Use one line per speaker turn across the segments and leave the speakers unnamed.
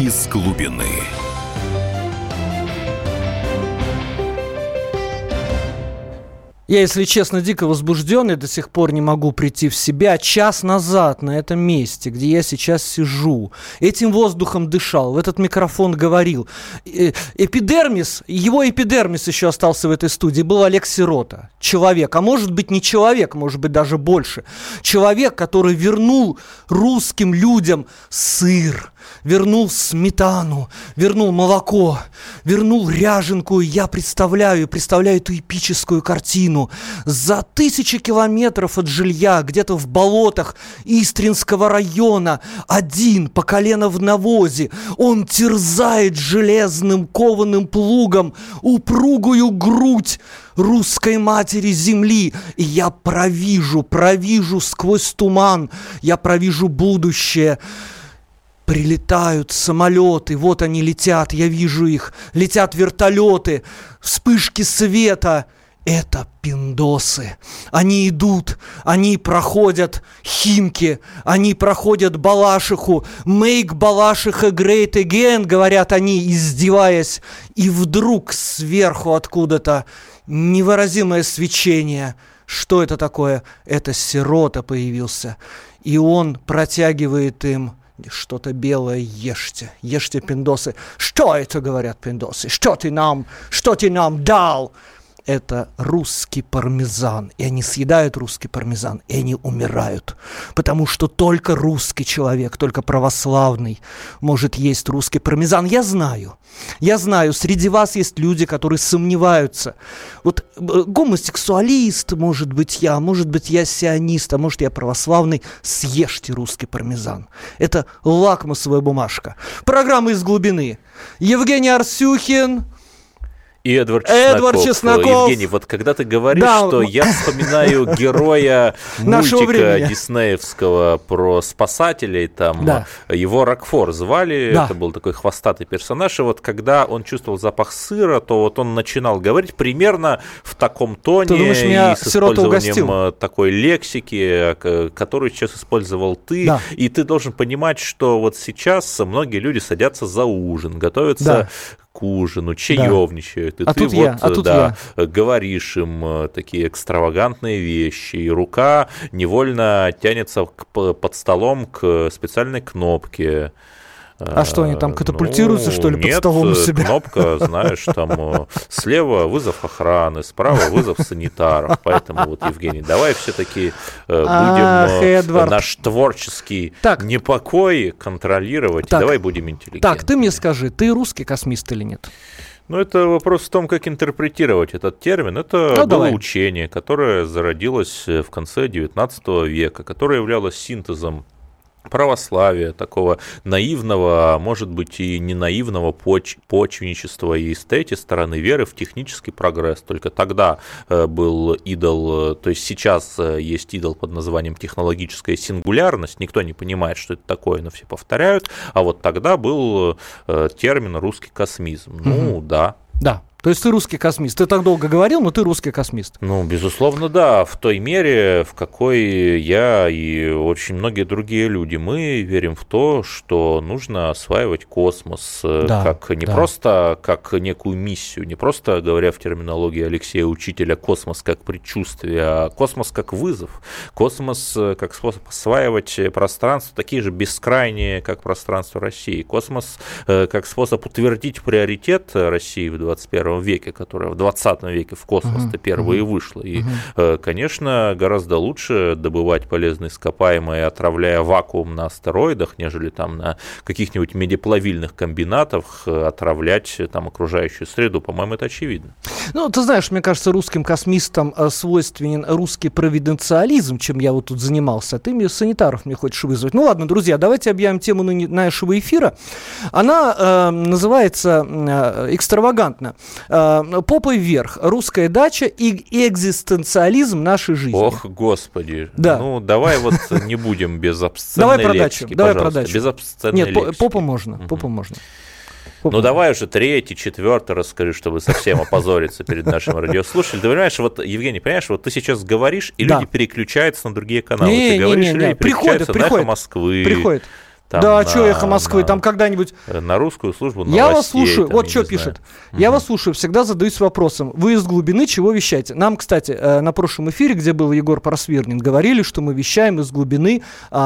из глубины.
Я, если честно, дико возбужденный, до сих пор не могу прийти в себя. Час назад на этом месте, где я сейчас сижу, этим воздухом дышал, в этот микрофон говорил. Эпидермис, его эпидермис еще остался в этой студии, был Олег Сирота. Человек, а может быть не человек, может быть даже больше. Человек, который вернул русским людям сыр, вернул сметану, вернул молоко, вернул ряженку. И я представляю эту эпическую картину. За 1000 километров от жилья, где-то в болотах Истринского района, один по колено в навозе, он терзает железным кованым плугом упругую грудь русской матери земли. И я провижу сквозь туман, я провижу будущее. Прилетают самолеты, вот они летят, я вижу их, летят вертолеты, вспышки света. Это пиндосы. Они идут, они проходят Химки, они проходят Балашиху. Make Балашиха great again, говорят они, издеваясь. И вдруг сверху откуда-то невыразимое свечение. Что это такое? Это Сирота появился. И он протягивает им что-то белое. Ешьте, пиндосы. Что это, говорят пиндосы? Что ты нам дал? Это русский пармезан. И они съедают русский пармезан, и они умирают. Потому что только русский человек, только православный может есть русский пармезан. Я знаю, среди вас есть люди, которые сомневаются. Вот гомосексуалист, может быть я сионист, а может я православный. Съешьте русский пармезан. Это лакмусовая бумажка. Программа «Из глубины». Евгений Арсюхин
и Эдвард Чесноков. Евгений, вот когда ты говоришь, что я вспоминаю героя мультика диснеевского про спасателей, там его Рокфор звали, это был такой хвостатый персонаж, и вот когда он чувствовал запах сыра, то вот он начинал говорить примерно в таком тоне, и с использованием такой лексики, которую сейчас использовал ты, и ты должен понимать, что вот сейчас многие люди садятся за ужин, готовятся к ужину, чаевничают, и ты говоришь им такие экстравагантные вещи, и рука невольно тянется под столом к специальной кнопке.
А что, они там катапультируются, что ли, под столом у себя?
Нет, кнопка, знаешь, там слева вызов охраны, справа вызов санитаров. Поэтому вот, Евгений, давай все-таки будем наш творческий непокой контролировать, и давай будем интеллигентными.
Так, ты мне скажи, ты русский космист или нет?
Ну, это вопрос в том, как интерпретировать этот термин. Это было учение, которое зародилось в конце XIX века, которое являлось синтезом православия, такого наивного, а может быть и не наивного почвенничества, и с третьей стороны веры в технический прогресс. Только тогда был идол, то есть сейчас есть идол под названием технологическая сингулярность, никто не понимает, что это такое, но все повторяют, а вот тогда был термин русский космизм. Ну, да.
То есть ты русский космист. Ты так долго говорил, но ты русский космист.
Ну, безусловно, да. В той мере, в какой я и очень многие другие люди, мы верим в то, что нужно осваивать космос просто как некую миссию, не просто, говоря в терминологии Алексея Учителя, космос как предчувствие, а космос как вызов. Космос как способ осваивать пространство, такие же бескрайние, как пространство России. Космос как способ утвердить приоритет России в 21 веке, которая в 20 веке в космос-то первые вышла. И, конечно, гораздо лучше добывать полезные ископаемые, отравляя вакуум на астероидах, нежели там на каких-нибудь медиплавильных комбинатах отравлять там окружающую среду. По-моему, это очевидно.
Ну, ты знаешь, мне кажется, русским космистам свойственен русский провиденциализм, чем я вот тут занимался. Ты мне санитаров мне хочешь вызвать. Ну, ладно, друзья, давайте объявим тему нашего эфира. Она называется экстравагантно «Попой вверх. Русская дача и экзистенциализм нашей жизни».
Ох, господи. Да. Ну, давай вот не будем без обсценной лексики,
давай про дачу.
Без обсценной лексики.
Нет, попу можно, попу можно.
Ну, давай уже третий, четвертый расскажи, чтобы совсем опозориться перед нашим радиослушателем. Ты понимаешь, вот, Евгений, понимаешь, вот ты сейчас говоришь, и люди переключаются на другие каналы. Ты говоришь, и люди переключаются на «Эхо Москвы».
Да, что «Эхо Москвы», там когда-нибудь...
На русскую службу новостей.
Я вас слушаю, вот что пишет. Я вас слушаю, всегда задаюсь вопросом. Вы из глубины чего вещаете? Нам, кстати, на прошлом эфире, где был Егор Просвирнин, говорили, что мы вещаем из глубины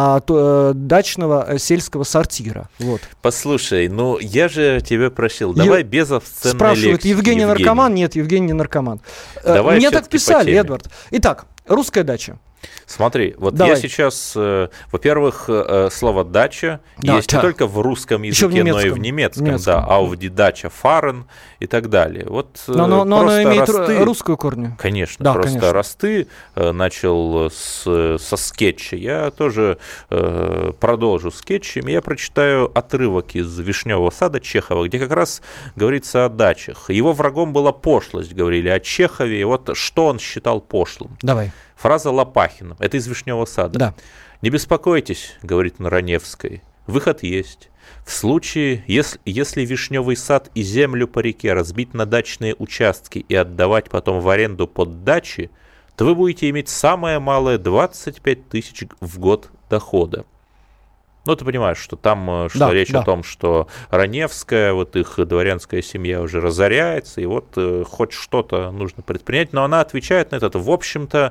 дачного сельского сортира. Вот.
Послушай, ну я же тебя просил, давай без обсценной
спрашивают,
лексики.
Евгений наркоман? Нет, Евгений не наркоман.
Давай
мне так писали, Эдвард. Итак, русская дача.
Смотри, вот
Давай.
Я сейчас, во-первых, слово «дача» есть не только в русском языке, но и в немецком. Да, «ауфди дача», «фарен» и так далее. Вот
но оно имеет русскую корню.
Конечно, да, просто конечно. Расты начал со скетча. Я тоже продолжу скетчами. Я прочитаю отрывок из «Вишневого сада» Чехова, где как раз говорится о дачах. Его врагом была пошлость, говорили о Чехове. И вот что он считал пошлым.
Давай.
Фраза Лопахина. Это из «Вишневого сада».
Да.
«Не беспокойтесь, — говорит на Раневской, — выход есть. В случае, если вишневый сад и землю по реке разбить на дачные участки и отдавать потом в аренду под дачи, то вы будете иметь самое малое 25 тысяч в год дохода». Ну, ты понимаешь, что там речь о том, что Раневская, вот их дворянская семья уже разоряется, и вот хоть что-то нужно предпринять, но она отвечает на этот, в общем-то,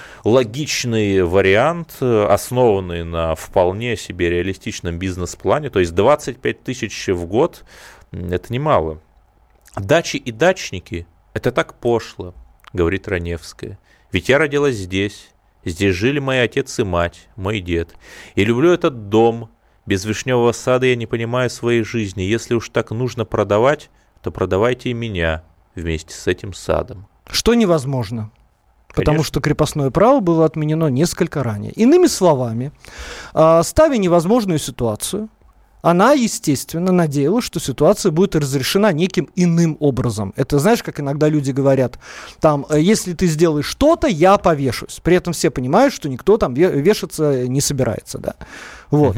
логичный вариант, основанный на вполне себе реалистичном бизнес-плане, то есть 25 тысяч в год – это немало. Дачи и дачники – это так пошло, говорит Раневская, ведь я родилась здесь. Здесь жили мой отец и мать, мой дед. И люблю этот дом. Без Вишневого сада я не понимаю своей жизни. Если уж так нужно продавать, то продавайте и меня вместе с этим садом.
Что невозможно. Потому что крепостное право было отменено несколько ранее. Иными словами, ставя невозможную ситуацию, она, естественно, надеялась, что ситуация будет разрешена неким иным образом. Это, знаешь, как иногда люди говорят, там, если ты сделаешь что-то, я повешусь. При этом все понимают, что никто там вешаться не собирается. Да? Вот.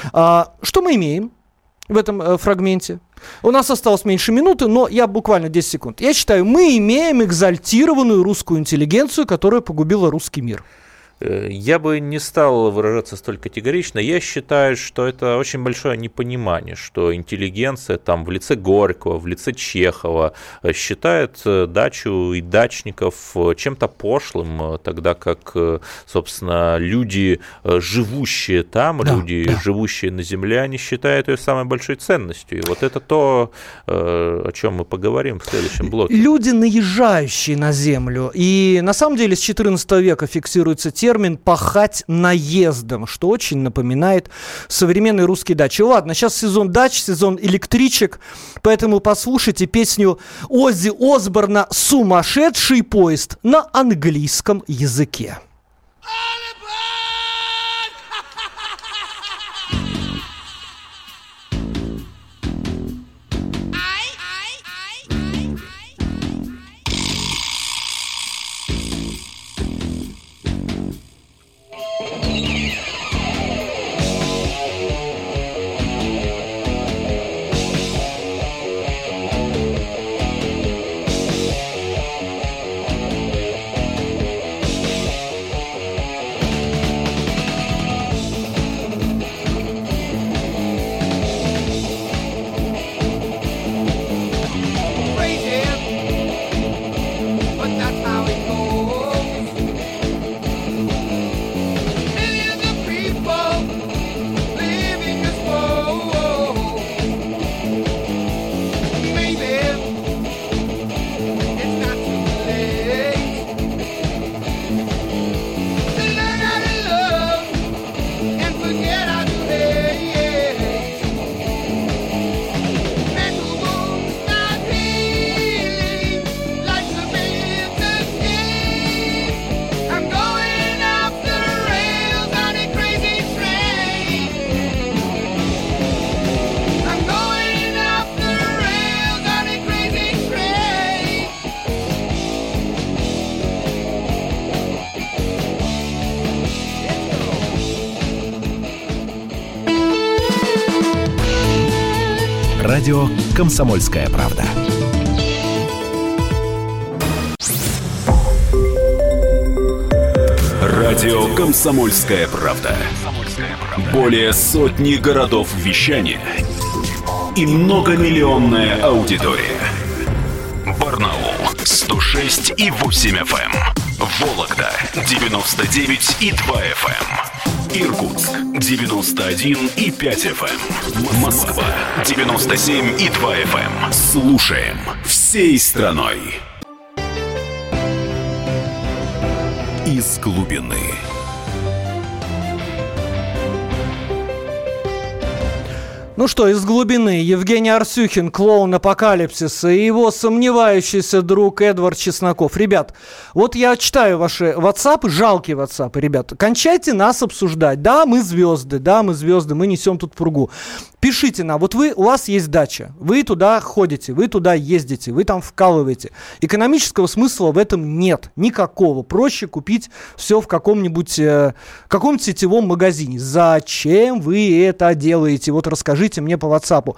Что мы имеем в этом фрагменте? У нас осталось меньше минуты, но я буквально 10 секунд. Я считаю, мы имеем экзальтированную русскую интеллигенцию, которая погубила русский мир.
Я бы не стал выражаться столь категорично. Я считаю, что это очень большое непонимание, что интеллигенция там в лице Горького, в лице Чехова считает дачу и дачников чем-то пошлым, тогда как, собственно, люди, живущие там, живущие на земле, они считают ее самой большой ценностью. И вот это то, о чем мы поговорим в следующем блоке.
Люди, наезжающие на землю. И на самом деле с XIV века фиксируется термин «пахать наездом», что очень напоминает современные русские дачи. Ладно, сейчас сезон дач, сезон электричек, поэтому послушайте песню Оззи Осборна «Сумасшедший поезд» на английском языке.
Радио «Комсомольская правда». Радио «Комсомольская правда». Более сотни городов вещания и многомиллионная аудитория. Барнаул 106,8 FM, Вологда 99,2 FM, Иркутск 91,5 FM, Москва 97,2 FM. Слушаем всей страной. Из глубины.
Ну что, из глубины Евгений Арсюхин, клоун Апокалипсиса, и его сомневающийся друг Эдвард Чесноков. Ребят, вот я читаю ваши WhatsApp, жалкие WhatsApp, ребят. Кончайте нас обсуждать. Да, мы звезды, мы несем тут пургу. Пишите нам, вот у вас есть дача, вы туда ходите, вы туда ездите, вы там вкалываете. Экономического смысла в этом нет, никакого. Проще купить все в каком-нибудь сетевом магазине. Зачем вы это делаете? Вот расскажите мне по WhatsApp.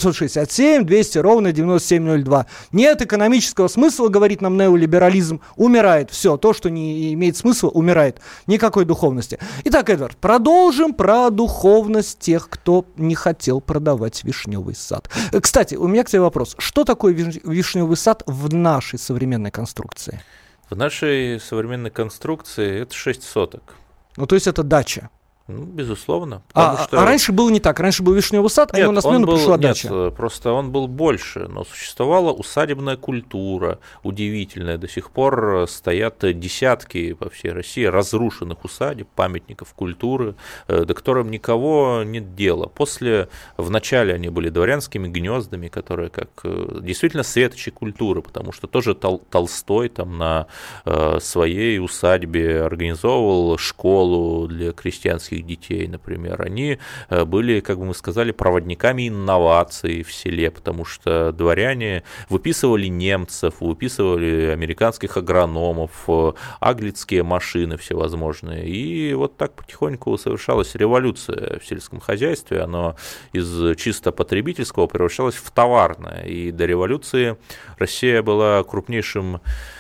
967-200-97-02. Нет экономического смысла, говорит нам неолиберализм, умирает. Все, то, что не имеет смысла, умирает. Никакой духовности. Итак, Эдвард, продолжим про духовность тех, кто не хотел продавать вишневый сад. Кстати, у меня к тебе вопрос. Что такое вишневый сад в нашей современной конструкции?
В нашей современной конструкции это 6 соток.
Ну, то есть это дача?
Ну, безусловно.
А раньше было не так. Раньше был вишневый сад, а ему на смену пришла дача.
Нет, просто он был больше. Но существовала усадебная культура удивительная. До сих пор стоят десятки по всей России разрушенных усадеб, памятников культуры, до которым никого нет дела. Вначале они были дворянскими гнездами, которые как действительно светочи культуры, потому что тоже Толстой там на своей усадьбе организовывал школу для крестьянских детей, например, они были, как бы мы сказали, проводниками инноваций в селе, потому что дворяне выписывали немцев, выписывали американских агрономов, аглицкие машины всевозможные, и вот так потихоньку совершалась революция в сельском хозяйстве, оно из чисто потребительского превращалось в товарное, и до революции Россия была крупнейшим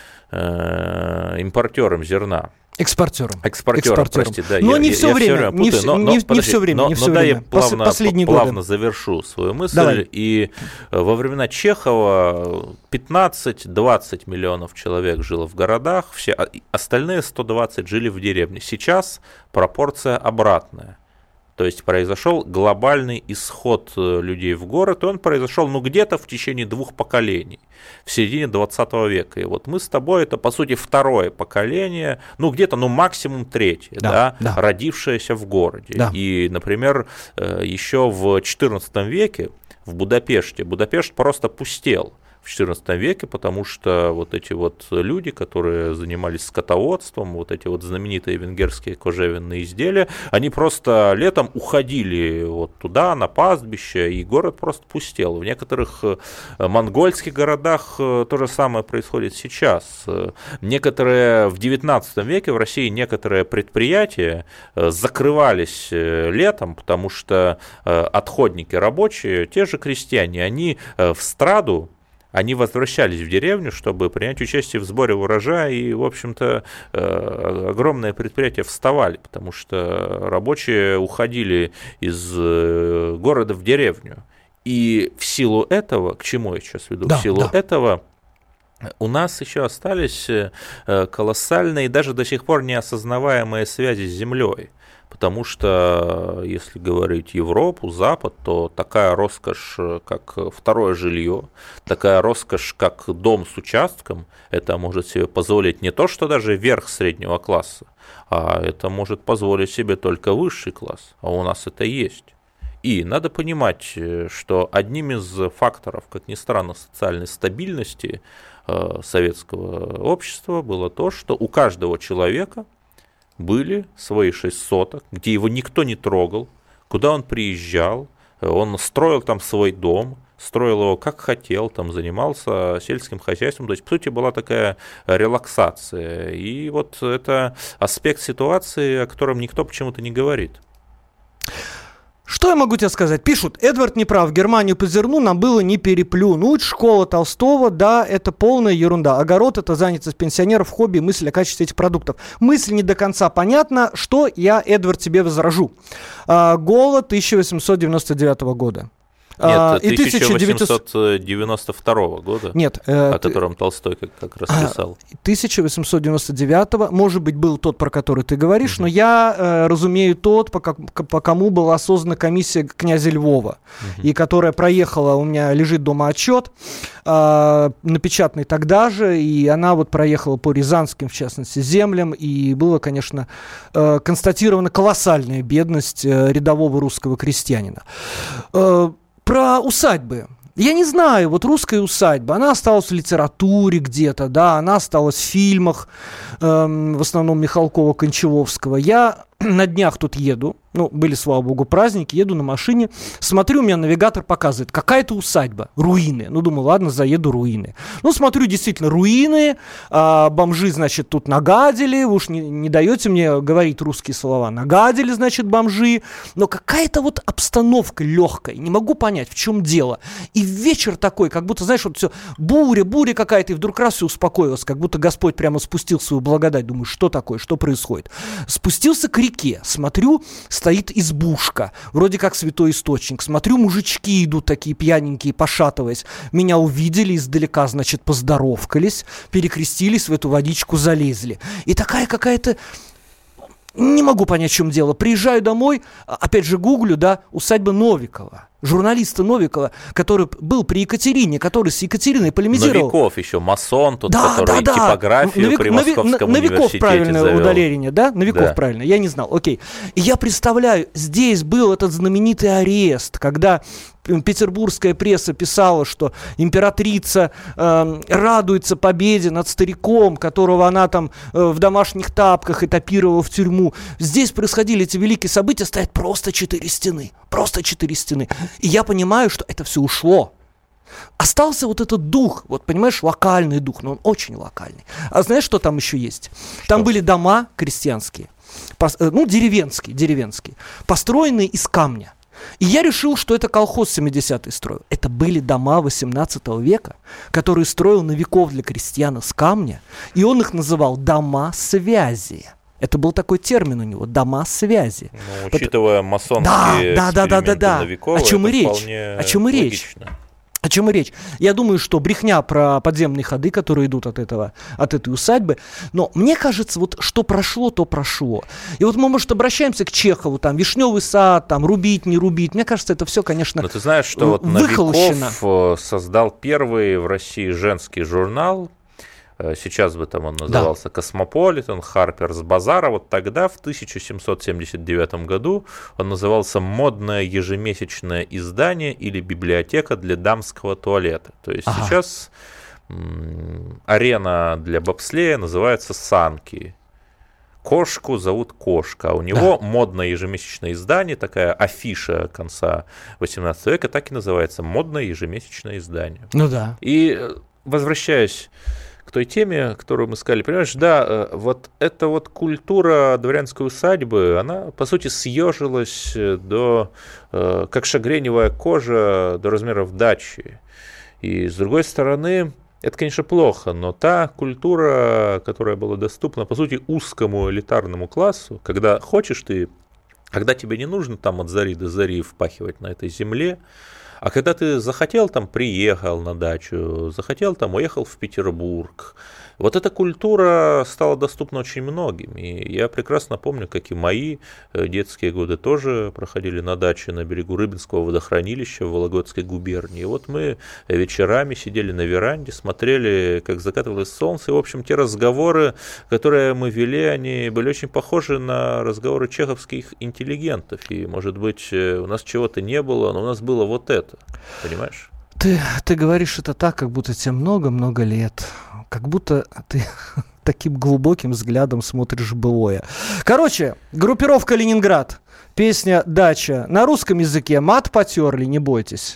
импортером зерна.
Экспортером,
прости, да.
Но не все время. Не все время.
Да, я плавно завершу свою мысль. Давай. И во времена Чехова 15-20 миллионов человек жило в городах, остальные 120 жили в деревне. Сейчас пропорция обратная. То есть произошел глобальный исход людей в город, и он произошел где-то в течение 2 поколений, в середине 20 века. И вот мы с тобой, это по сути второе поколение, где-то максимум третье, родившееся в городе. Да. И, например, еще в XIV веке в Будапешт просто пустел в XIV веке, потому что вот эти вот люди, которые занимались скотоводством, вот эти вот знаменитые венгерские кожевенные изделия, они просто летом уходили вот туда, на пастбище, и город просто пустел. В некоторых монгольских городах то же самое происходит сейчас. В XIX веке в России некоторые предприятия закрывались летом, потому что отходники рабочие, те же крестьяне, они в страду, они возвращались в деревню, чтобы принять участие в сборе урожая, и, в общем-то, огромные предприятия вставали, потому что рабочие уходили из города в деревню. И в силу этого, к чему я сейчас веду, в силу этого у нас еще остались колоссальные, даже до сих пор неосознаваемые связи с землей. Потому что, если говорить Европу, Запад, то такая роскошь, как второе жилье, такая роскошь, как дом с участком, это может себе позволить не то, что даже верх среднего класса, а это может позволить себе только высший класс, а у нас это есть. И надо понимать, что одним из факторов, как ни странно, социальной стабильности советского общества было то, что у каждого человека были свои 6 соток, где его никто не трогал, куда он приезжал, он строил там свой дом, строил его как хотел, там занимался сельским хозяйством, то есть, по сути, была такая релаксация. И вот это аспект ситуации, о котором никто почему-то не говорит.
Что я могу тебе сказать? Пишут, Эдвард не прав, Германию по зерну нам было не переплюнуть. Школа Толстого, да, это полная ерунда. Огород — это занятость пенсионеров, хобби, мысль о качестве этих продуктов. Мысль не до конца понятна. Что я, Эдвард, тебе возражу? Голод 1899 года.
Нет, 1892 года,
нет,
о котором Толстой как раз писал.
1899, может быть, был тот, про который ты говоришь, но я разумею тот, по кому была создана комиссия князя Львова, и которая проехала, у меня лежит дома отчет, напечатанный тогда же, и она вот проехала по рязанским, в частности, землям, и была, конечно, констатирована колоссальная бедность рядового русского крестьянина. Про усадьбы. Я не знаю, вот русская усадьба, она осталась в литературе где-то, да, она осталась в фильмах, в основном Михалкова-Кончаловского. Я на днях тут еду, были, слава богу, праздники, еду на машине, смотрю, у меня навигатор показывает, какая-то усадьба, руины. Думаю, ладно, заеду, руины. Смотрю, действительно, руины, бомжи, значит, тут нагадили, вы уж не даете мне говорить русские слова, нагадили, значит, бомжи, но какая-то вот обстановка легкая, не могу понять, в чем дело. И вечер такой, как будто, знаешь, вот все, буря какая-то, и вдруг раз все успокоилось, как будто Господь прямо спустил свою благодать. Думаю, что такое, что происходит? Спустился к реке, смотрю, стоит избушка, вроде как святой источник. Смотрю, мужички идут такие пьяненькие, пошатываясь. Меня увидели издалека, значит, поздоровкались, перекрестились, в эту водичку залезли. И такая какая-то... Не могу понять, в чем дело. Приезжаю домой, опять же гуглю, да, усадьба Новикова. Журналиста Новикова, который был при Екатерине, который с Екатериной полемизировал.
Новиков еще, масон, тот, который типографию при Московском университете
Новиков правильное
завел.
Ударение, да? Новиков правильно, я не знал, окей. И я представляю, здесь был этот знаменитый арест, когда петербургская пресса писала, что императрица радуется победе над стариком, которого она там в домашних тапках этапировала в тюрьму. Здесь происходили эти великие события, стоят просто 4 стены. Просто 4 стены. И я понимаю, что это все ушло. Остался вот этот дух, вот понимаешь, локальный дух, но он очень локальный. А знаешь, что там еще есть? Там были дома крестьянские, деревенские, построенные из камня. И я решил, что это колхоз 70-й строил. Это были дома 18 века, которые строил Новиков для крестьян из камня, и он их называл «дома связи». Это был такой термин у него, дома связи.
Учитывая масонские эксперименты Новикова,
о чем и речь? О чем и речь? Я думаю, что брехня про подземные ходы, которые идут от этой усадьбы. Но мне кажется, вот что прошло, то прошло. И вот мы, может, обращаемся к Чехову, там, «Вишневый сад», там, «Рубить, не рубить». Мне кажется, это все, конечно,
но ты знаешь, что вот Новиков создал первый в России женский журнал. Сейчас бы там он назывался «Космополитен», «Харперс Базар», а вот тогда, в 1779 году, он назывался «Модное ежемесячное издание» или «Библиотека для дамского туалета». То есть сейчас арена для бобслея называется «Санки». Кошку зовут Кошка, а у него модное ежемесячное издание, такая афиша конца 18 века, так и называется «Модное ежемесячное издание». И возвращаясь к той теме, которую мы сказали, понимаешь, вот эта вот культура дворянской усадьбы, она, по сути, съежилась как шагреневая кожа до размеров дачи. И, с другой стороны, это, конечно, плохо, но та культура, которая была доступна, по сути, узкому элитарному классу, когда хочешь ты, когда тебе не нужно там от зари до зари впахивать на этой земле, а когда ты захотел, там приехал на дачу, захотел, там уехал в Петербург, вот эта культура стала доступна очень многим. И я прекрасно помню, как и мои детские годы тоже проходили на даче на берегу Рыбинского водохранилища в Вологодской губернии. И вот мы вечерами сидели на веранде, смотрели, как закатывалось солнце. И, в общем, те разговоры, которые мы вели, они были очень похожи на разговоры чеховских интеллигентов. И, может быть, у нас чего-то не было, но у нас было вот это. Понимаешь?
Ты говоришь это так, как будто тебе много-много лет. Как будто ты таким глубоким взглядом смотришь былое. Короче, группировка «Ленинград». Песня «Дача». На русском языке мат потерли, не бойтесь.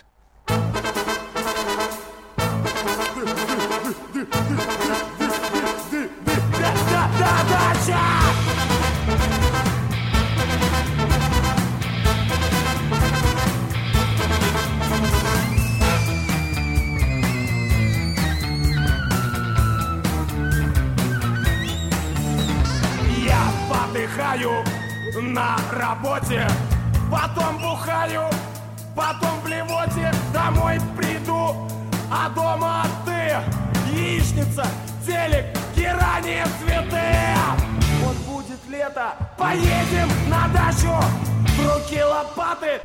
на работе, потом бухаю, потом в блевоте, домой приду, а дома ты, яичница, телек, герани, цветы. Вот будет лето, поедем на дачу, в руки лопаты.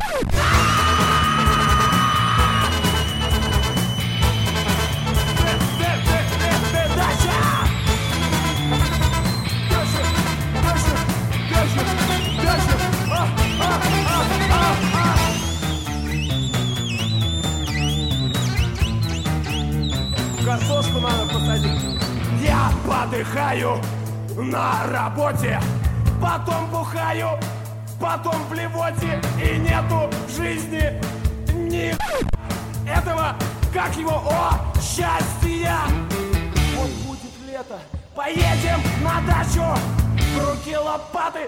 Картошку надо посадить. Я подыхаю на работе, потом бухаю, потом в блевоте, и нету в жизни ни этого, как его, счастья. Вот будет лето, поедем на дачу, в руки лопаты.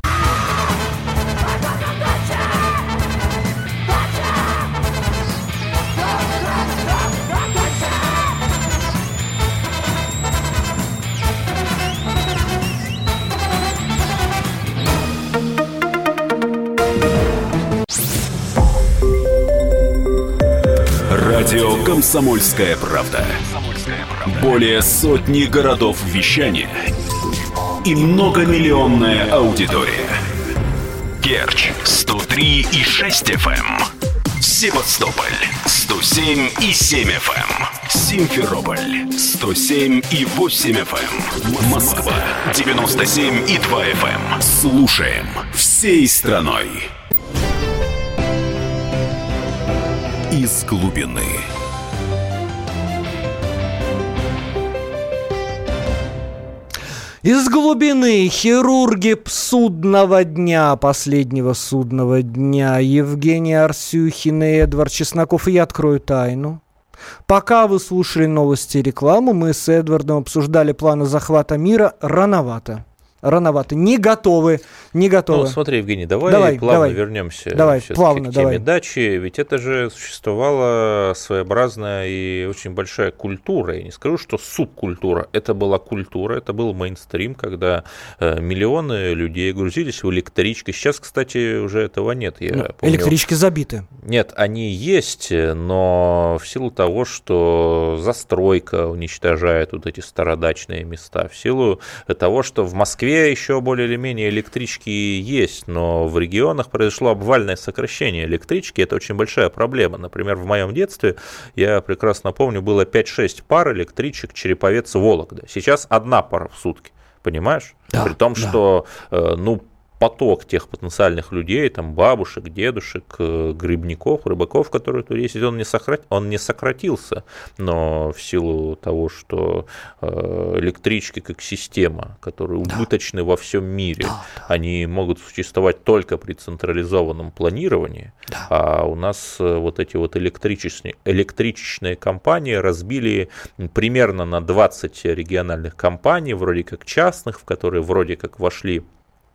Радио «Комсомольская правда». Более сотни городов вещания и многомиллионная аудитория. Керчь 103,6 FM, Севастополь 107,7 FM, Симферополь 107,8 FM, Москва 97,2 FM. Слушаем всей страной. Из глубины.
Из глубины хирурги судного дня, последнего судного дня, Евгений Арсюхин и Эдвард Чесноков. И я открою тайну. Пока вы слушали новости и рекламу, мы с Эдвардом обсуждали планы захвата мира рановато. Не готовы. Ну,
смотри, Евгений, давай плавно вернемся к теме дачи. Ведь это же существовала своеобразная и очень большая культура. Я не скажу, что субкультура. Это была культура, это был мейнстрим, когда миллионы людей грузились в электрички. Сейчас, кстати, уже этого нет.
Помню, электрички забиты.
Нет, они есть, но в силу того, что застройка уничтожает вот эти стародачные места, в силу того, что в Москве еще более или менее электрички есть, но в регионах произошло обвальное сокращение электрички. Это очень большая проблема. Например, в моем детстве, я прекрасно помню, было 5-6 пар электричек Череповец-Вологда. Сейчас одна пара в сутки, понимаешь?
Да,
при том, что, поток тех потенциальных людей, там, бабушек, дедушек, грибников, рыбаков, которые тут ездят, он не сократился, но в силу того, что электрички как система, которые убыточны во всем мире, они могут существовать только при централизованном планировании, а у нас вот эти вот электричечные компании разбили примерно на 20 региональных компаний, вроде как частных, в которые вроде как вошли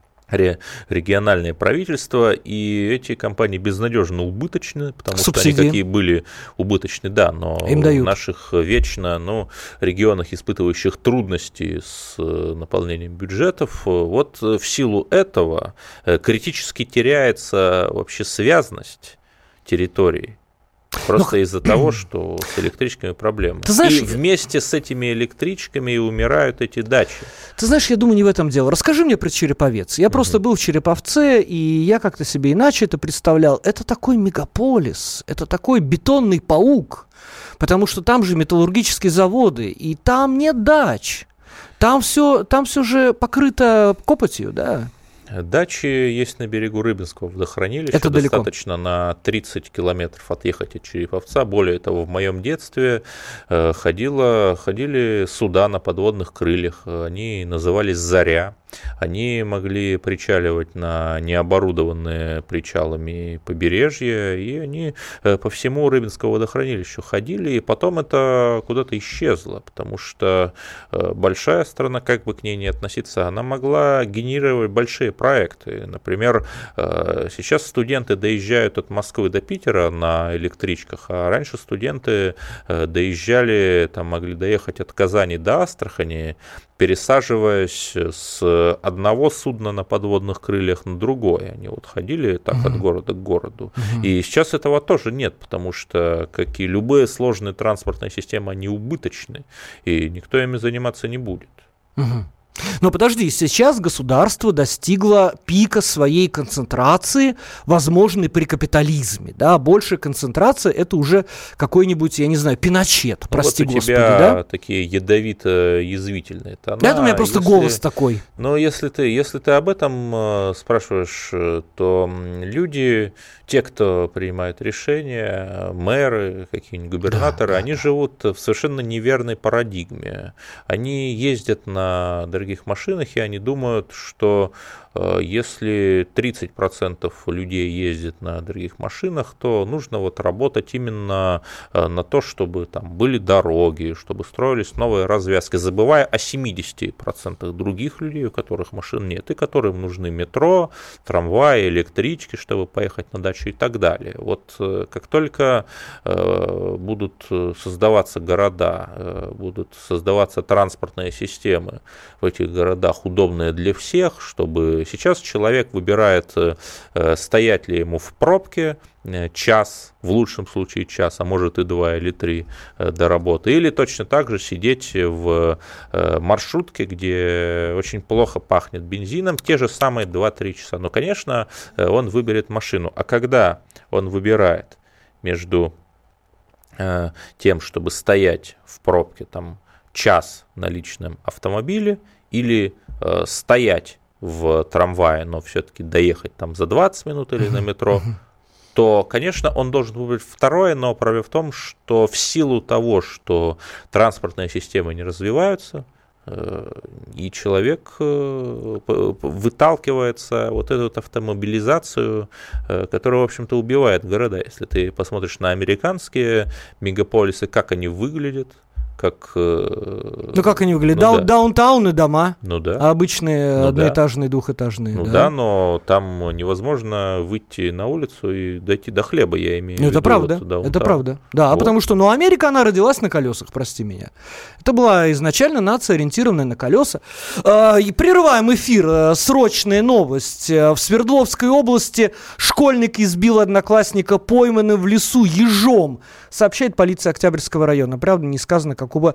региональные правительства, и эти компании безнадежно убыточны, потому
Субсидии.
Что они какие были убыточны, да, но в наших вечно, регионах, испытывающих трудности с наполнением бюджетов, вот в силу этого критически теряется вообще связность территорий. Просто из-за того, что с электричками проблемы.
Ты знаешь,
и вместе с этими электричками и умирают эти дачи.
Ты знаешь, я думаю, не в этом дело. Расскажи мне про Череповец. Я просто был в Череповце, и я как-то себе иначе это представлял. Это такой мегаполис, это такой бетонный паук, потому что там же металлургические заводы, и там нет дач. Там все же покрыто копотью, да?
Дачи есть на берегу Рыбинского водохранилища.
Это
достаточно на 30 километров отъехать от Череповца. Более того, в моем детстве ходили суда на подводных крыльях. Они назывались «Заря». Они могли причаливать на необорудованные причалами побережья, и они по всему Рыбинскому водохранилищу ходили, и потом это куда-то исчезло, потому что большая страна, как бы к ней ни относиться, она могла генерировать большие проекты. Например, сейчас студенты доезжают от Москвы до Питера на электричках, а раньше студенты доезжали, там могли доехать от Казани до Астрахани, пересаживаясь с одного судна на подводных крыльях на другое. Они вот ходили так от города к городу. И сейчас этого тоже нет, потому что, как и любые сложные транспортные системы, они убыточны, и никто ими заниматься не будет.
Но подожди, сейчас государство достигло пика своей концентрации, возможной при капитализме, да, большая концентрация — это уже какой-нибудь, я не знаю, Пиночет, прости
вот
господи,
у тебя
да?
Такие ядовито-язвительные тона.
Да, это у меня просто голос такой.
Но если ты об этом спрашиваешь, то люди, те, кто принимает решения, мэры, какие-нибудь губернаторы, они живут в совершенно неверной парадигме. Они ездят на дорогих машинах, и они думают, что если 30% людей ездят на дорогих машинах, то нужно вот работать именно на то, чтобы там были дороги, чтобы строились новые развязки, забывая о 70% других людей, у которых машин нет, и которым нужны метро, трамваи, электрички, чтобы поехать на дачу и так далее. Вот как только будут создаваться города, будут создаваться транспортные системы в этих городах, удобные для всех, чтобы сейчас человек выбирает, стоять ли ему в пробке час, в лучшем случае час, а может и 2 или 3 до работы, или точно так же сидеть в маршрутке, где очень плохо пахнет бензином, те же самые 2-3 часа. Но, конечно, он выберет машину. А когда он выбирает между тем, чтобы стоять в пробке там час на личном автомобиле, или стоять в трамвае, но все-таки доехать там за 20 минут или на метро, то, конечно, он должен выбрать второе, но проблема в том, что в силу того, что транспортные системы не развиваются, и человек выталкивается вот эту автомобилизацию, которая, в общем-то, убивает города. Если ты посмотришь на американские мегаполисы, как они выглядят, как...
Ну, как они выглядят? Даунтауны дома, а обычные одноэтажные, двухэтажные.
Да, но там невозможно выйти на улицу и дойти до хлеба, я имею в виду.
Это правда, это правда. Да, вот. Потому что, Америка, она родилась на колесах, прости меня. Это была изначально нация, ориентированная на колеса. Прерываем эфир. Срочная новость. В Свердловской области школьник избил одноклассника, пойманным в лесу ежом, сообщает полиция Октябрьского района. Правда, не сказано, какого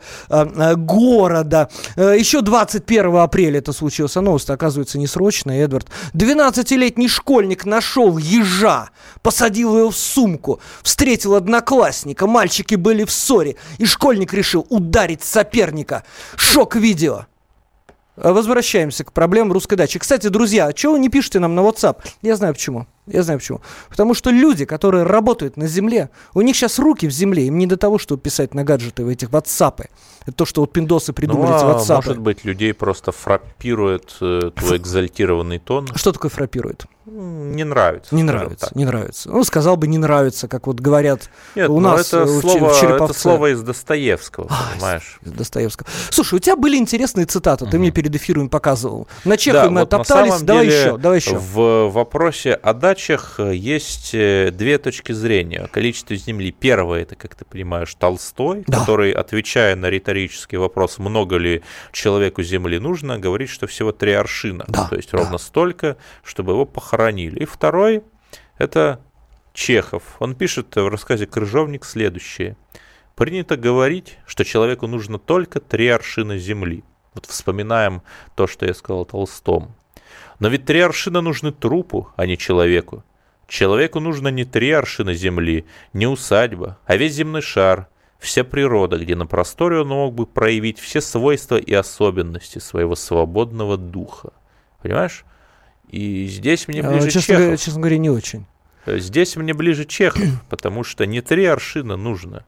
города. Еще 21 апреля это случилось. Новость, оказывается, не срочная, Эдвард. 12-летний школьник нашел ежа, посадил его в сумку, встретил одноклассника, мальчики были в ссоре, и школьник решил ударить соперника. Шок-видео. Возвращаемся к проблемам русской дачи. Кстати, друзья, а чего вы не пишете нам на WhatsApp? Я знаю почему. Потому что люди, которые работают на земле, у них сейчас руки в земле, им не до того, чтобы писать на гаджеты в этих WhatsApp. Это то, что вот пиндосы придумали эти WhatsApp.
Может быть, людей просто фраппирует твой экзальтированный тон.
Что такое фраппирует?
Не нравится.
Не нравится. Ну, сказал бы, не нравится, как вот говорят у нас
это
в Череповце.
Это слово из Достоевского, понимаешь?
Из Достоевского. Слушай, у тебя были интересные цитаты, ты мне перед эфиром показывал. На Чехове мы оттоптались, давай еще.
В вопросе о дачах есть две точки зрения. Количество земли. Первое, это, как ты понимаешь, Толстой, который, отвечая на риторический вопрос, много ли человеку земли нужно, говорит, что всего 3 аршина. То есть ровно столько, чтобы его похоронили. И второй, это Чехов. Он пишет в рассказе «Крыжовник» следующее. Принято говорить, что человеку нужно только 3 аршина земли. Вот вспоминаем то, что я сказал Толстому. Но ведь 3 аршина нужны трупу, а не человеку. Человеку нужно не 3 аршина земли, не усадьба, а весь земной шар, вся природа, где на просторе он мог бы проявить все свойства и особенности своего свободного духа. Понимаешь? И здесь мне ближе Чехов.
Честно говоря, не очень.
Здесь мне ближе Чехов, потому что не 3 аршина нужно,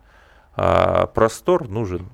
а простор нужен.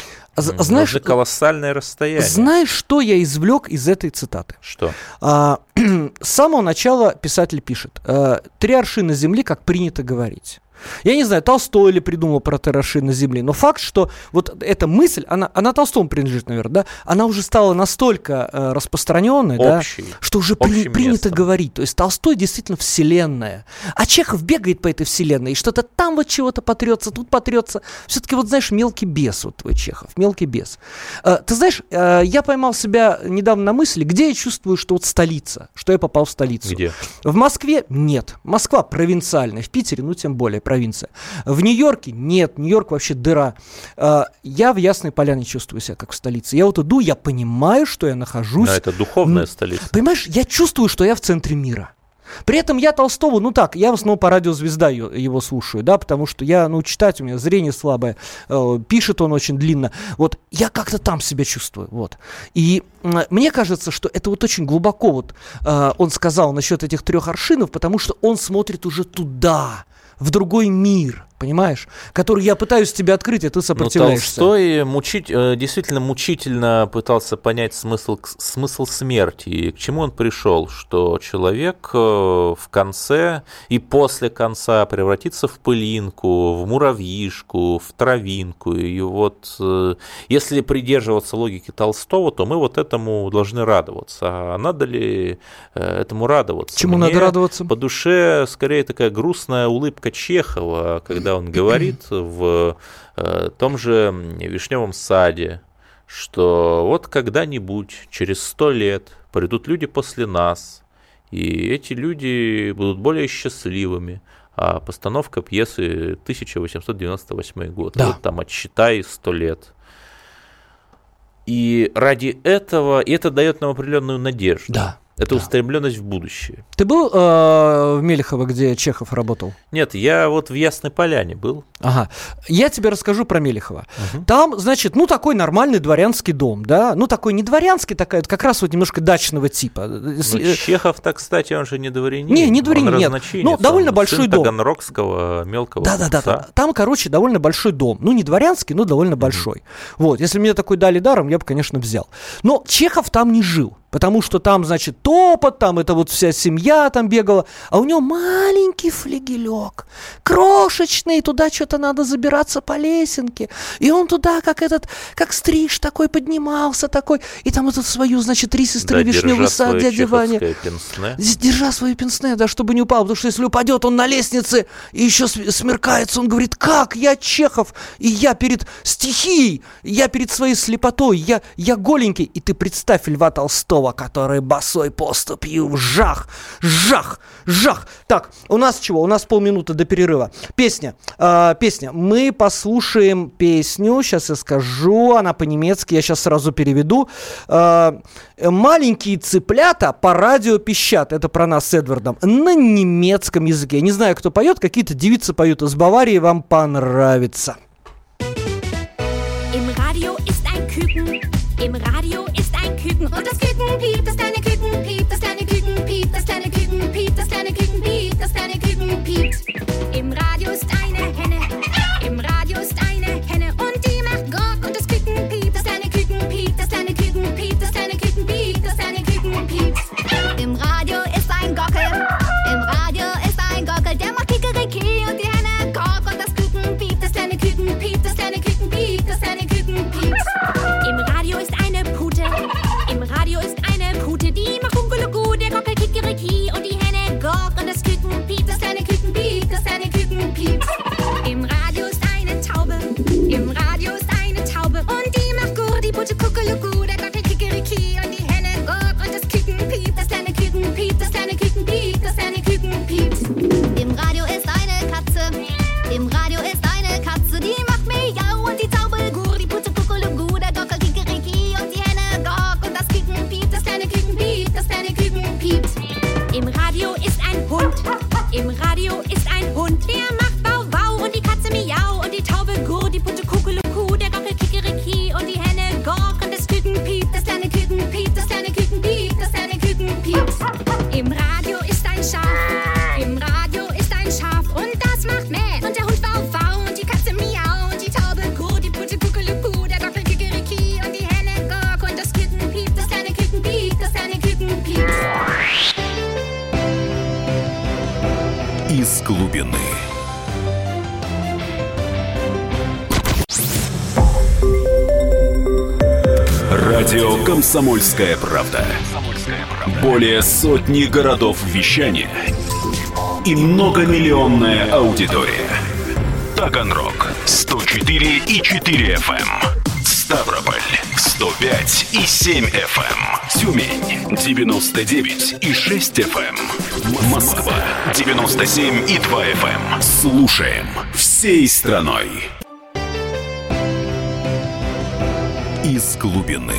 Знаешь,
нужно колоссальное расстояние.
Знаешь, что я извлек из этой цитаты?
Что?
С самого начала писатель пишет: «Три аршина земли, как принято говорить». Я не знаю, Толстой ли придумал про три аршина земли, но факт, что вот эта мысль, она Толстому принадлежит, наверное, да, она уже стала настолько распространенной, да, что уже принято говорить. То есть Толстой действительно вселенная. А Чехов бегает по этой вселенной, и что-то там вот чего-то потрется, тут потрется. Все-таки вот, знаешь, мелкий бес вот твой Чехов, мелкий бес. Ты знаешь, я поймал себя недавно на мысли, где я чувствую, что вот столица, что я попал в столицу.
Где?
В Москве нет. Москва провинциальная, в Питере, ну, тем более, провинция. В Нью-Йорке нет, Нью-Йорк вообще дыра. Я в Ясной Поляне чувствую себя как в столице. Я вот иду, я понимаю, что я нахожусь...
Но это духовная столица.
Понимаешь, я чувствую, что я в центре мира. При этом я Толстого, ну так, я в основном по радио «Звезда» его слушаю, да, потому что я, читать у меня зрение слабое, пишет он очень длинно, вот, я как-то там себя чувствую, вот. И мне кажется, что это вот очень глубоко вот он сказал насчет этих трех аршинов, потому что он смотрит уже туда, в другой мир, понимаешь, который я пытаюсь тебе открыть, а ты сопротивляешься.
Толстой действительно мучительно пытался понять смысл смерти, и к чему он пришел, что человек в конце и после конца превратится в пылинку, в муравьишку, в травинку, и вот если придерживаться логики Толстого, то мы вот этому должны радоваться. А надо ли этому радоваться?
Чему надо радоваться?
По душе скорее такая грустная улыбка Чехова, когда он говорит в том же «Вишневом саде», что вот когда-нибудь, через 100 лет, придут люди после нас, и эти люди будут более счастливыми. А постановка пьесы 1898 год.
Да.
Вот там отсчитай 100 лет. И ради этого, и это дает нам определенную надежду.
Да.
Это устремленность в будущее.
Ты был в Мелехово, где Чехов работал?
Нет, я вот в Ясной Поляне был.
Ага. Я тебе расскажу про Мелехово. Там, значит, такой нормальный дворянский дом, да? Такой не дворянский, такая, как раз вот немножко дачного типа.
Чехов-то, кстати, он же не дворянин.
Не дворянин,
он
нет.
Разночинец,
довольно большой дом.
Таганрогского мелкого купца.
Да. Там, короче, довольно большой дом. Не дворянский, но довольно большой. Вот, если мне такой дали даром, я бы, конечно, взял. Но Чехов там не жил. Потому что там, значит, топот, там это вот вся семья там бегала, а у него маленький флигелек, крошечный, туда что-то надо забираться по лесенке, и он туда, как стриж такой поднимался такой, и там вот свою, значит, 3 сестры, Вишневый сад, дядя Ваня. Держа свою пенсне, да, чтобы не упал, потому что если упадет он на лестнице и еще смеркается, он говорит: как я Чехов, и я перед стихией, я перед своей слепотой, я голенький, и ты представь Льва Толстого, который босой поступью жах. Так, у нас чего? У нас полминуты до перерыва. Песня. Мы послушаем песню, сейчас я скажу, она по-немецки, я сейчас сразу переведу. «Маленькие цыплята по радио пищат». Это про нас с Эдвардом. На немецком языке. Я не знаю, кто поет, какие-то девицы поют из Баварии, вам понравится.
Im Radio ist ein Küken. Im Radio ist ein Küken. Und das Küken piept, das kleine Küken piept, das kleine Küken piept, das kleine Küken piept, das kleine Küken piept, das kleine Küken piept. Im Radio ist eine Henne. Im Radio ist eine Henne. Und die macht Gok. Und das Küken piept, das kleine Küken piept, das kleine Küken piept, das kleine Küken piept, das kleine Küken piept. Im Radio ist ein Gockel. Im Radio ist ein Gockel. Der macht Kikeriki und die Henne Gok. Und das Küken piept, das kleine Küken piept, das kleine Küken piept, das kleine Küken piept. Im Radio ist eine Pute. Im Radio ist eine Pute, die macht Kunkeluku, der Gockel Kikeriki und die Henne Gok. Und das Küken piept, das kleine Küken piept, das kleine
глубины. Радио «Комсомольская правда». Более сотни городов вещания и многомиллионная аудитория. Таганрог 104,4 FM. Ставрополь 105,7 FM. Тюмень 99,6 FM. Москва 97,2 FM. Слушаем всей страной. Из глубины.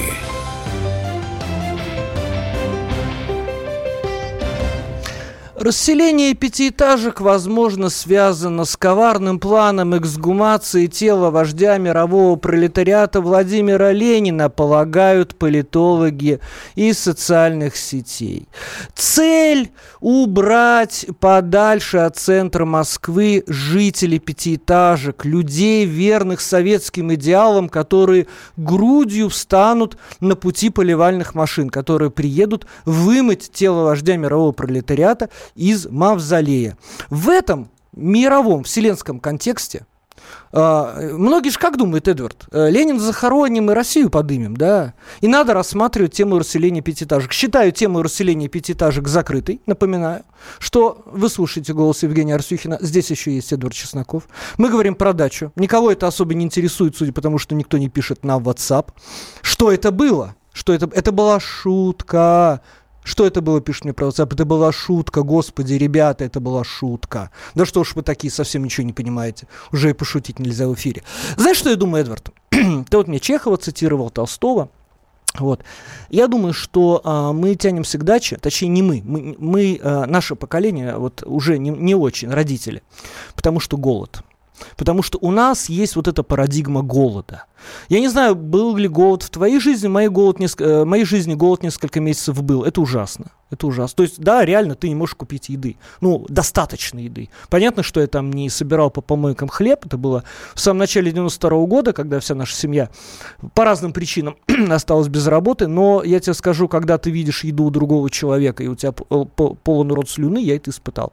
Расселение пятиэтажек, возможно, связано с коварным планом эксгумации тела вождя мирового пролетариата Владимира Ленина, полагают политологи из социальных сетей. Цель – убрать подальше от центра Москвы жителей пятиэтажек, людей, верных советским идеалам, которые грудью встанут на пути поливальных машин, которые приедут вымыть тело вождя мирового пролетариата из мавзолея. В этом мировом вселенском контексте многие же как думают, Эдвард? Ленина захороним и Россию подымем, да? И надо рассматривать тему расселения пятиэтажек. Считаю тему расселения пятиэтажек закрытой. Напоминаю, что вы слушаете голос Евгения Арсюхина. Здесь еще есть Эдвард Чесноков. Мы говорим про дачу. Никого это особо не интересует, судя по тому, что никто не пишет на WhatsApp. Что это было? Это была шутка. Что это было, пишет мне про WhatsApp? Это была шутка, господи, ребята, это была шутка. Да что ж вы такие совсем ничего не понимаете. Уже и пошутить нельзя в эфире. Знаешь, что я думаю, Эдвард? Ты вот мне Чехова цитировал, Толстого. Вот. Я думаю, что мы тянемся к даче, точнее не мы, наше поколение вот уже не очень, родители, потому что голод. Потому что у нас есть вот эта парадигма голода. Я не знаю, был ли голод в твоей жизни, в моей жизни голод несколько месяцев был. Это ужасно. Это ужасно. То есть, да, реально, ты не можешь купить еды. Ну, достаточно еды. Понятно, что я там не собирал по помойкам хлеб. Это было в самом начале 92-го года, когда вся наша семья по разным причинам осталась без работы. Но я тебе скажу, когда ты видишь еду у другого человека, и у тебя полон рот слюны, я это испытал.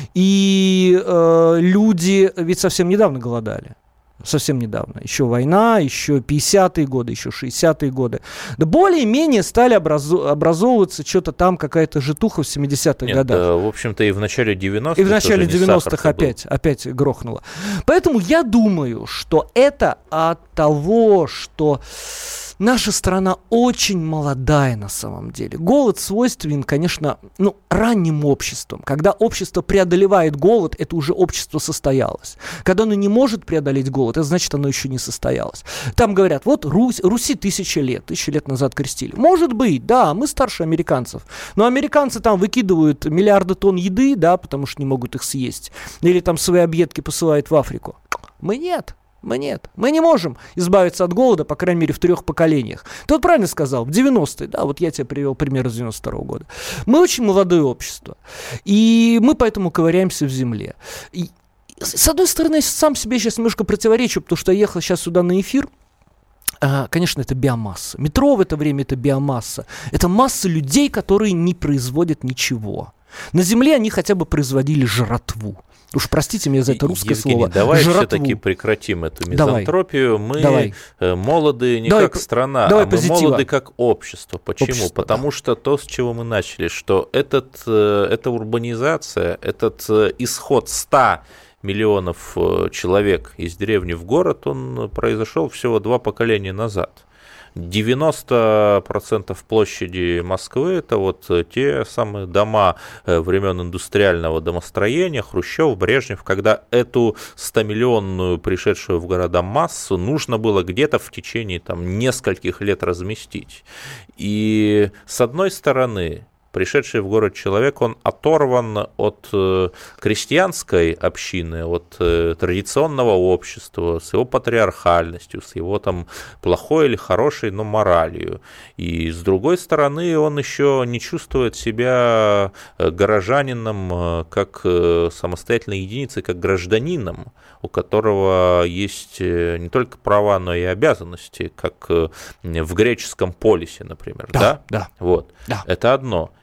И люди ведь совсем недавно голодали. Совсем недавно. Еще война, еще 50-е годы, еще 60-е годы. Да более-менее стали образовываться что-то там, какая-то житуха в 70-х годах.
В общем-то, и в начале 90-х.
И в начале 90-х опять грохнуло. Поэтому я думаю, что это от того, что наша страна очень молодая на самом деле. Голод свойственен, конечно, ранним обществам. Когда общество преодолевает голод, это уже общество состоялось. Когда оно не может преодолеть голод, это значит, оно еще не состоялось. Там говорят, вот Руси 1000 лет назад крестили. Может быть, да, мы старше американцев. Но американцы там выкидывают миллиарды тонн еды, да, потому что не могут их съесть. Или там свои объедки посылают в Африку. Мы нет. Мы не можем избавиться от голода, по крайней мере, в 3 поколениях. Ты вот правильно сказал, в 90-е, да, вот я тебе привел пример из 92-го года. Мы очень молодое общество, и мы поэтому ковыряемся в земле. И, с одной стороны, я сам себе сейчас немножко противоречу, потому что я ехал сейчас сюда на эфир. Конечно, это биомасса. Метро в это время — это биомасса. Это масса людей, которые не производят ничего. На земле они хотя бы производили жратву. Уж простите меня за это русское слово.
Давай все-таки прекратим эту мизантропию. Мы молоды не как страна, а мы молоды как общество. Почему? Потому что то, с чего мы начали, что эта урбанизация, этот исход 100 миллионов человек из деревни в город, он произошел всего 2 поколения назад. 90% площади Москвы — это вот те самые дома времен индустриального домостроения, Хрущев, Брежнев, когда эту 100-миллионную пришедшую в города массу нужно было где-то в течение нескольких лет разместить. И с одной стороны, пришедший в город человек, он оторван от крестьянской общины, от традиционного общества, с его патриархальностью, с его плохой или хорошей, но моралью. И с другой стороны, он еще не чувствует себя горожанином как самостоятельной единицей, как гражданином, у которого есть не только права, но и обязанности, как в греческом полисе, например. Да. Вот. Да. Это одно.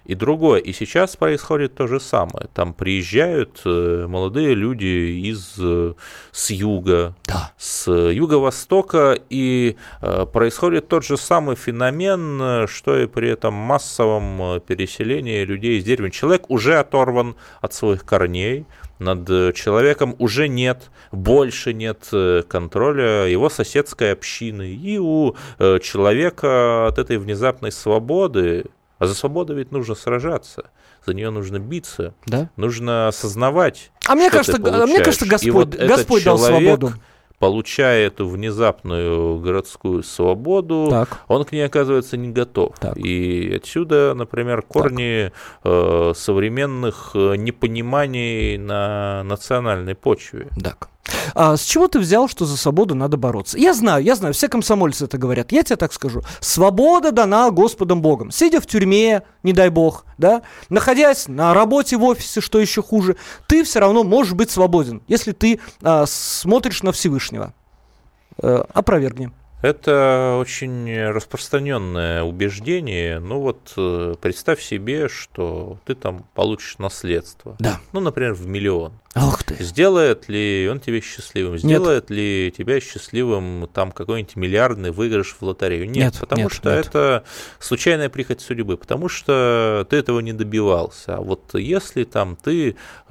и другое. И сейчас происходит то же самое. Там приезжают молодые люди с юга, с юго-востока, и происходит тот же самый феномен, что и при этом массовом переселении людей из деревень. Человек уже оторван от своих корней, над человеком уже больше нет контроля его соседской общины. И у человека от этой внезапной свободы, а за свободу ведь нужно сражаться, за нее нужно биться, нужно осознавать,
мне кажется, Господь дал свободу.
Получая эту внезапную городскую свободу, он к ней оказывается не готов. И отсюда, например, корни современных непониманий на национальной почве.
С чего ты взял, что за свободу надо бороться? Я знаю, все комсомольцы это говорят. Я тебе так скажу. Свобода дана Господом Богом. Сидя в тюрьме, не дай бог, находясь на работе в офисе, что еще хуже, ты все равно можешь быть свободен, если ты смотришь на Всевышнего. Опровергни.
Это очень распространенное убеждение. Представь себе, что ты там получишь наследство. Например, в 1 миллион. Сделает ли он тебя счастливым? Сделает ли тебя счастливым там какой-нибудь миллиардный выигрыш в лотерею? Нет, потому что это случайная прихоть судьбы, потому что ты этого не добивался. А вот если там ты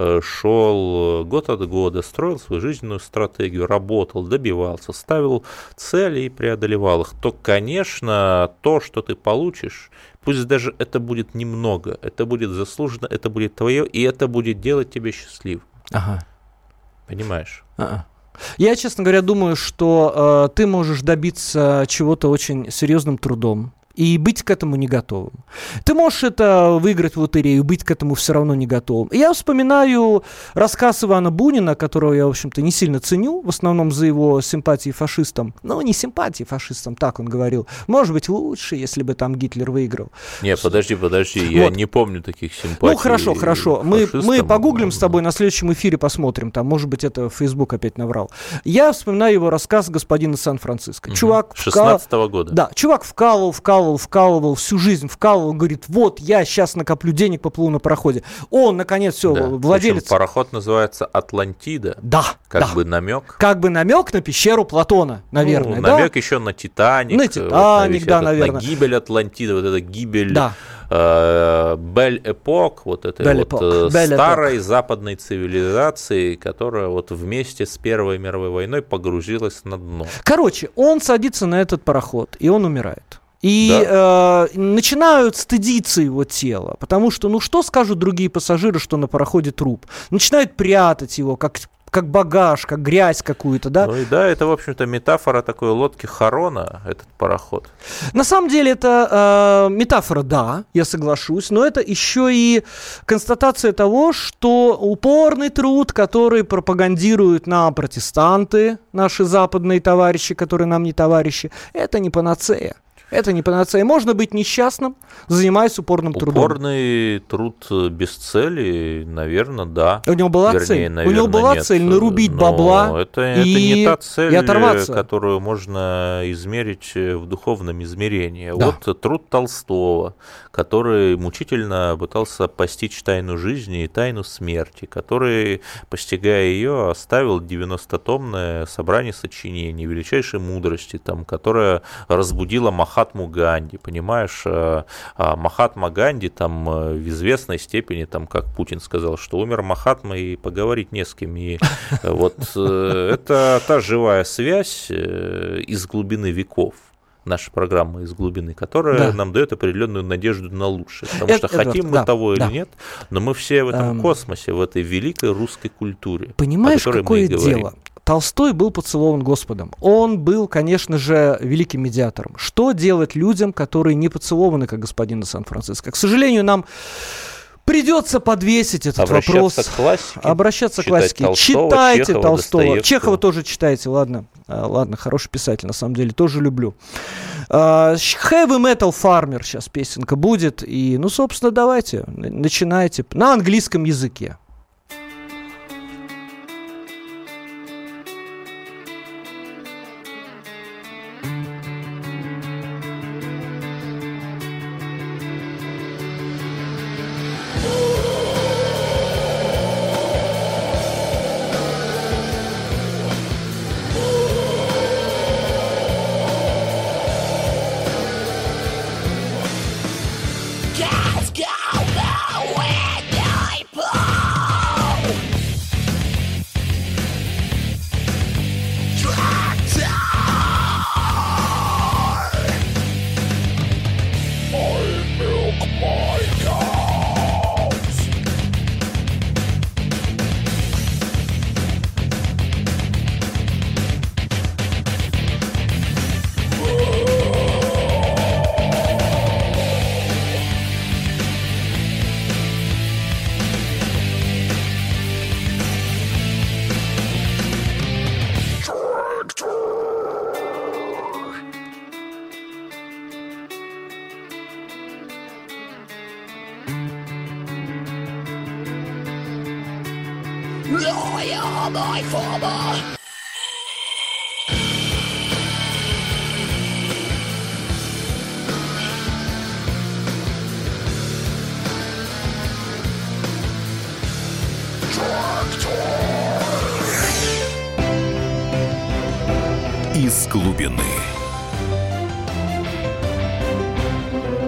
шел год от года, строил свою жизненную стратегию, работал, добивался, ставил цели и преодолевал их, то, конечно, то, что ты получишь, пусть даже это будет немного, это будет заслуженно, это будет твое, и это будет делать тебя счастливым. Понимаешь?
Я, честно говоря, думаю, что ты можешь добиться чего-то очень серьезным трудом и быть к этому не готовым. Ты можешь это выиграть в лотерею, быть к этому все равно не готовым. Я вспоминаю рассказ Ивана Бунина, которого я, в общем-то, не сильно ценю, в основном за его симпатии фашистам. Не симпатии фашистам, так он говорил. Может быть, лучше, если бы там Гитлер выиграл.
Не, подожди, я не помню таких симпатий.
Хорошо. Мы погуглим с тобой, на следующем эфире посмотрим. Там, может быть, это Facebook опять наврал. Я вспоминаю его рассказ «Господин Сан-Франциско». Чувак
16-го года.
Да, чувак вкалывал, всю жизнь вкалывал, говорит, вот, я сейчас накоплю денег, поплыву на пароходе. Он, наконец, все, владелец...
Причем пароход называется «Атлантида». Как бы намек.
Как бы намек на пещеру Платона, наверное.
Намек еще на «Титаник».
На «Титаник», наверное.
На гибель Атлантиды, вот эта гибель... Бель-эпок, старой западной цивилизации, которая вместе с Первой мировой войной погрузилась на дно.
Короче, он садится на этот пароход, и он умирает. И начинают стыдиться его тела, потому что, что скажут другие пассажиры, что на пароходе труп? Начинают прятать его, как багаж, как грязь какую-то,
это, в общем-то, метафора такой лодки Харона, этот пароход.
На самом деле, это метафора, я соглашусь, но это еще и констатация того, что упорный труд, который пропагандируют нам протестанты, наши западные товарищи, которые нам не товарищи, это не панацея. Это не панацея. Можно быть несчастным, занимаясь упорным трудом.
Упорный труд без цели, наверное, да.
У него была цель. У него была цель нарубить бабла
это не та цель, которую можно измерить в духовном измерении. Труд Толстого, который мучительно пытался постичь тайну жизни и тайну смерти, который, постигая ее, оставил 90-томное собрание сочинений величайшей мудрости, которое разбудило Махатму Ганди, понимаешь, Махатма Ганди там в известной степени, как Путин сказал, что умер Махатма и поговорить не с кем. И это та живая связь из глубины веков. Наша программа «Из глубины», которая нам дает определенную надежду на лучшее. Потому что хотим мы того или нет, но мы все в этом космосе, в этой великой русской культуре.
Понимаешь, какое дело? Толстой был поцелован Господом. Он был, конечно же, великим медиатором. Что делать людям, которые не поцелованы, как господин Сан-Франциско? К сожалению, нам придется подвесить этот вопрос. Обращаться к классике. Читайте Толстого. Чехова тоже читайте, ладно. Ладно, хороший писатель, на самом деле, тоже люблю. Heavy Metal Farmer сейчас песенка будет. И, собственно, давайте, начинайте на английском языке.
Neuer Former. Из глубины.